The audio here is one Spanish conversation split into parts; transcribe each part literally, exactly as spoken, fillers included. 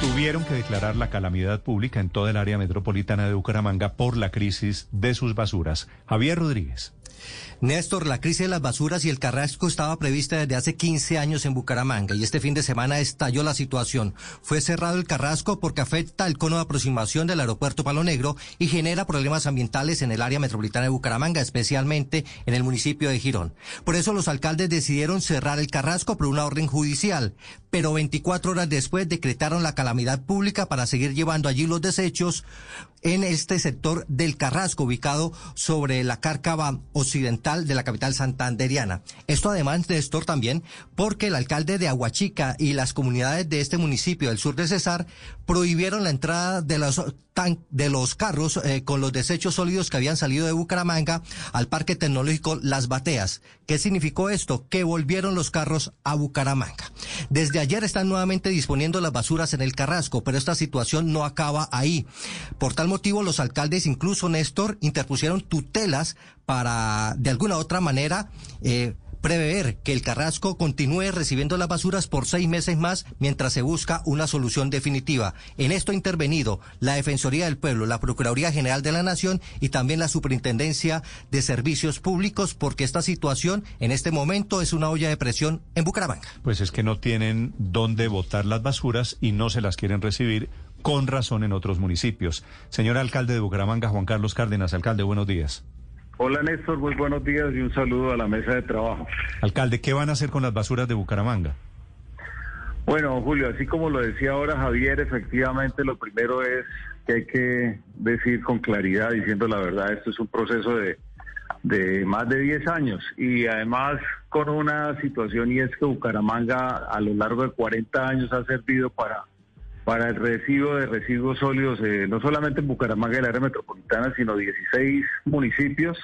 Tuvieron que declarar la calamidad pública en toda el área metropolitana de Bucaramanga por la crisis de sus basuras. Javier Rodríguez. Néstor, la crisis de las basuras y el carrasco estaba prevista desde hace quince años en Bucaramanga y este fin de semana estalló la situación. Fue cerrado el carrasco porque afecta el cono de aproximación del aeropuerto Palo Negro y genera problemas ambientales en el área metropolitana de Bucaramanga, especialmente en el municipio de Girón. Por eso los alcaldes decidieron cerrar el carrasco por una orden judicial, pero veinticuatro horas después decretaron la calamidad pública para seguir llevando allí los desechos en este sector del carrasco, ubicado sobre la cárcava occidental de la capital santanderiana. Esto además, Néstor, también porque el alcalde de Aguachica y las comunidades de este municipio del sur de Cesar prohibieron la entrada de los, tan, de los carros eh, con los desechos sólidos que habían salido de Bucaramanga al Parque Tecnológico Las Bateas. ¿Qué significó esto? Que volvieron los carros a Bucaramanga. Desde ayer están nuevamente disponiendo las basuras en el carrasco, pero esta situación no acaba ahí. Por tal motivo, los alcaldes, incluso Néstor, interpusieron tutelas para, de alguna otra manera, eh, prever que el carrasco continúe recibiendo las basuras por seis meses más mientras se busca una solución definitiva. En esto ha intervenido la Defensoría del Pueblo, la Procuraduría General de la Nación y también la Superintendencia de Servicios Públicos, porque esta situación en este momento es una olla de presión en Bucaramanga. Pues es que no tienen dónde botar las basuras y no se las quieren recibir, con razón, en otros municipios. Señor alcalde de Bucaramanga, Juan Carlos Cárdenas. Alcalde, buenos días. Hola Néstor, muy buenos días y un saludo a la mesa de trabajo. Alcalde, ¿qué van a hacer con las basuras de Bucaramanga? Bueno, Julio, así como lo decía ahora Javier, efectivamente lo primero es que hay que decir con claridad, diciendo la verdad, esto es un proceso de, de más de diez años y además con una situación, y es que Bucaramanga a lo largo de cuarenta años ha servido para... para el residuo de residuos sólidos, eh, no solamente en Bucaramanga y el área metropolitana, sino dieciséis municipios,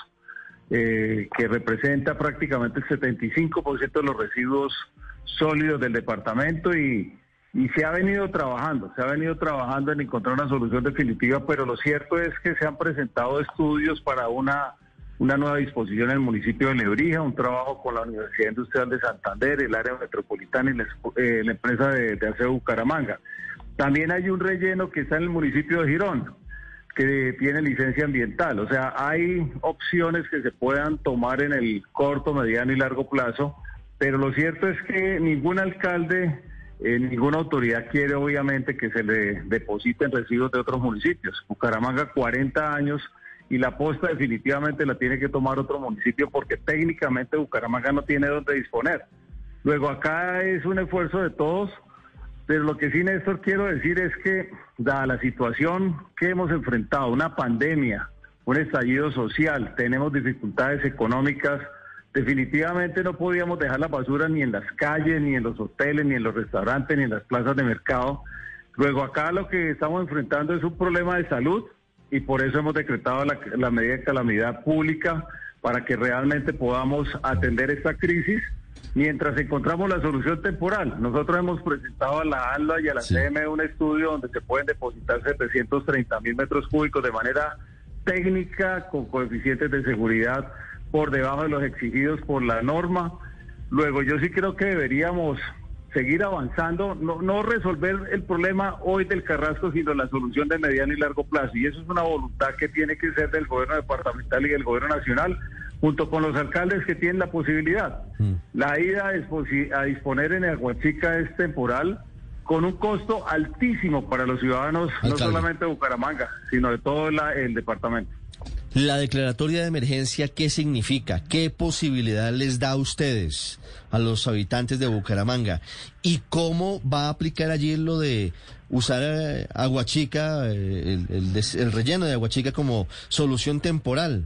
eh, que representa prácticamente el setenta y cinco por ciento de los residuos sólidos del departamento y, y se ha venido trabajando, se ha venido trabajando en encontrar una solución definitiva, pero lo cierto es que se han presentado estudios para una, una nueva disposición en el municipio de Lebrija, un trabajo con la Universidad Industrial de Santander, el área metropolitana y la, eh, la empresa de, de aseo Bucaramanga. También hay un relleno que está en el municipio de Girón, que tiene licencia ambiental. O sea, hay opciones que se puedan tomar en el corto, mediano y largo plazo, pero lo cierto es que ningún alcalde, eh, ninguna autoridad quiere obviamente que se le depositen residuos de otros municipios. Bucaramanga, cuarenta años, y la posta definitivamente la tiene que tomar otro municipio porque técnicamente Bucaramanga no tiene dónde disponer. Luego acá es un esfuerzo de todos. Pero lo que sí, Néstor, quiero decir es que, dada la situación que hemos enfrentado, una pandemia, un estallido social, tenemos dificultades económicas, definitivamente no podíamos dejar la basura ni en las calles, ni en los hoteles, ni en los restaurantes, ni en las plazas de mercado. Luego acá lo que estamos enfrentando es un problema de salud y por eso hemos decretado la, la medida de calamidad pública para que realmente podamos atender esta crisis. Mientras encontramos la solución temporal, nosotros hemos presentado a la ANLA y a la sí. C M un estudio donde se pueden depositar setecientos treinta mil metros cúbicos de manera técnica, con coeficientes de seguridad por debajo de los exigidos por la norma. Luego yo sí creo que deberíamos seguir avanzando, no, no resolver el problema hoy del carrasco, sino la solución de mediano y largo plazo. Y eso es una voluntad que tiene que ser del gobierno departamental y del gobierno nacional, junto con los alcaldes que tienen la posibilidad. Mm. La ida a, a disponer en Aguachica es temporal, con un costo altísimo para los ciudadanos, alcalde, no solamente de Bucaramanga, sino de todo la, el departamento. La declaratoria de emergencia, ¿qué significa? ¿Qué posibilidad les da a ustedes, a los habitantes de Bucaramanga? ¿Y cómo va a aplicar allí lo de usar eh, Aguachica, eh, el, el, el relleno de Aguachica como solución temporal?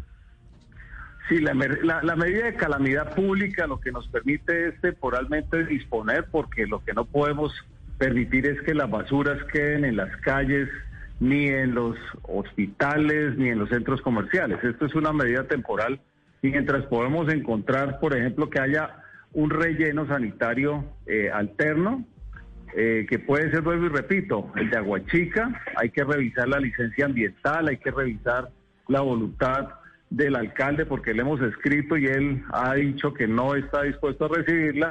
Sí, la, la, la medida de calamidad pública lo que nos permite es temporalmente disponer, porque lo que no podemos permitir es que las basuras queden en las calles, ni en los hospitales, ni en los centros comerciales. Esto es una medida temporal y mientras podemos encontrar, por ejemplo, que haya un relleno sanitario eh, alterno, eh, que puede ser, vuelvo y repito, el de Aguachica, hay que revisar la licencia ambiental, hay que revisar la voluntad del alcalde, porque le hemos escrito y él ha dicho que no está dispuesto a recibirla,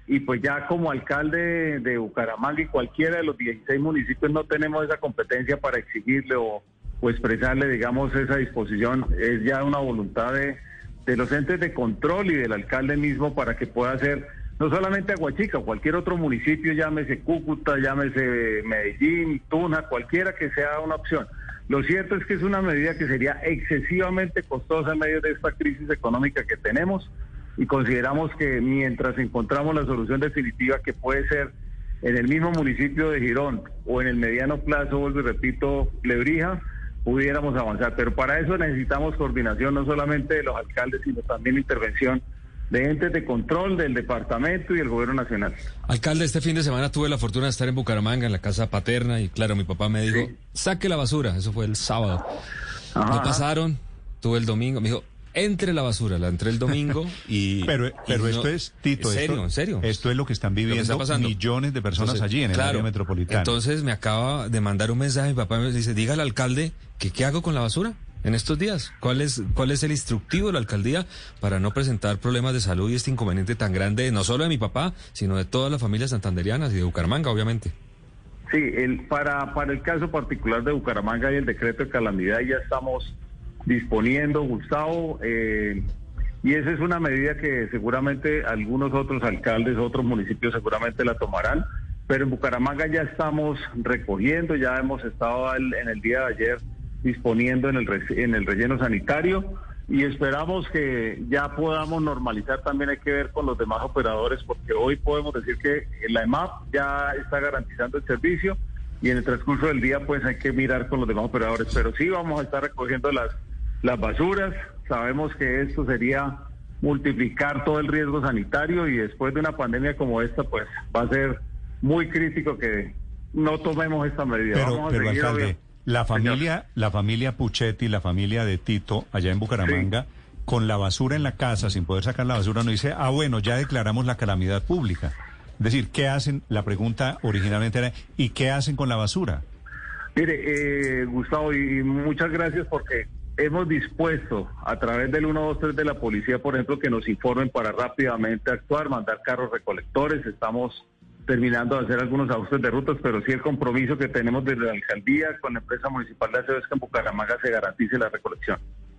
y pues ya como alcalde de Bucaramanga y cualquiera de los dieciséis municipios no tenemos esa competencia para exigirle o, o expresarle, digamos, esa disposición. Es ya una voluntad de, de los entes de control y del alcalde mismo para que pueda hacer no solamente Aguachica, cualquier otro municipio, llámese Cúcuta, llámese Medellín, Tuna, cualquiera que sea una opción. Lo cierto es que es una medida que sería excesivamente costosa en medio de esta crisis económica que tenemos, y consideramos que mientras encontramos la solución definitiva, que puede ser en el mismo municipio de Girón o en el mediano plazo, vuelvo y repito, Lebrija, pudiéramos avanzar. Pero para eso necesitamos coordinación no solamente de los alcaldes, sino también intervención de entes de control del departamento y el gobierno nacional. Alcalde, este fin de semana tuve la fortuna de estar en Bucaramanga, en la casa paterna, y claro, mi papá me dijo, sí, saque la basura, eso fue el sábado. Ajá. Me pasaron, tuve el domingo, me dijo, entre la basura, la entré el domingo y... Pero, pero y esto no, es, Tito, ¿en serio, esto, en serio? Esto es lo que están viviendo lo que está millones de personas entonces, allí en el claro, área metropolitana. Entonces me acaba de mandar un mensaje, mi papá me dice, diga al alcalde que qué hago con la basura en estos días. ¿Cuál es, cuál es el instructivo de la alcaldía para no presentar problemas de salud y este inconveniente tan grande, no solo de mi papá, sino de todas las familias santanderianas y de Bucaramanga, obviamente? Sí, el, para, para el caso particular de Bucaramanga y el decreto de calamidad ya estamos disponiendo, Gustavo, eh, y esa es una medida que seguramente algunos otros alcaldes, otros municipios seguramente la tomarán, pero en Bucaramanga ya estamos recogiendo, ya hemos estado el, en el día de ayer disponiendo en el, en el relleno sanitario, y esperamos que ya podamos normalizar. También hay que ver con los demás operadores, porque hoy podemos decir que la E M A P ya está garantizando el servicio, y en el transcurso del día pues hay que mirar con los demás operadores, pero sí vamos a estar recogiendo las, las basuras. Sabemos que esto sería multiplicar todo el riesgo sanitario, y después de una pandemia como esta pues va a ser muy crítico que no tomemos esta medida. Pero, vamos a pero seguir alcalde, obvio. la familia, Señor. la familia Puchetti, la familia de Tito, allá en Bucaramanga, sí, con la basura en la casa, sin poder sacar la basura, no dice, ah, bueno, ya declaramos la calamidad pública. Es decir, ¿qué hacen? La pregunta originalmente era, ¿y qué hacen con la basura? Mire, eh, Gustavo, y, y muchas gracias, porque hemos dispuesto a través del uno dos tres de la policía, por ejemplo, que nos informen para rápidamente actuar, mandar carros recolectores. Estamos terminando de hacer algunos ajustes de rutas, pero sí el compromiso que tenemos desde la alcaldía con la empresa municipal de aseo es que en Bucaramanga se garantice la recolección.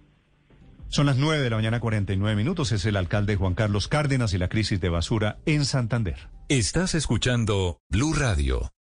Son las nueve de la mañana, cuarenta y nueve minutos. Es el alcalde Juan Carlos Cárdenas y la crisis de basura en Santander. Estás escuchando Blue Radio.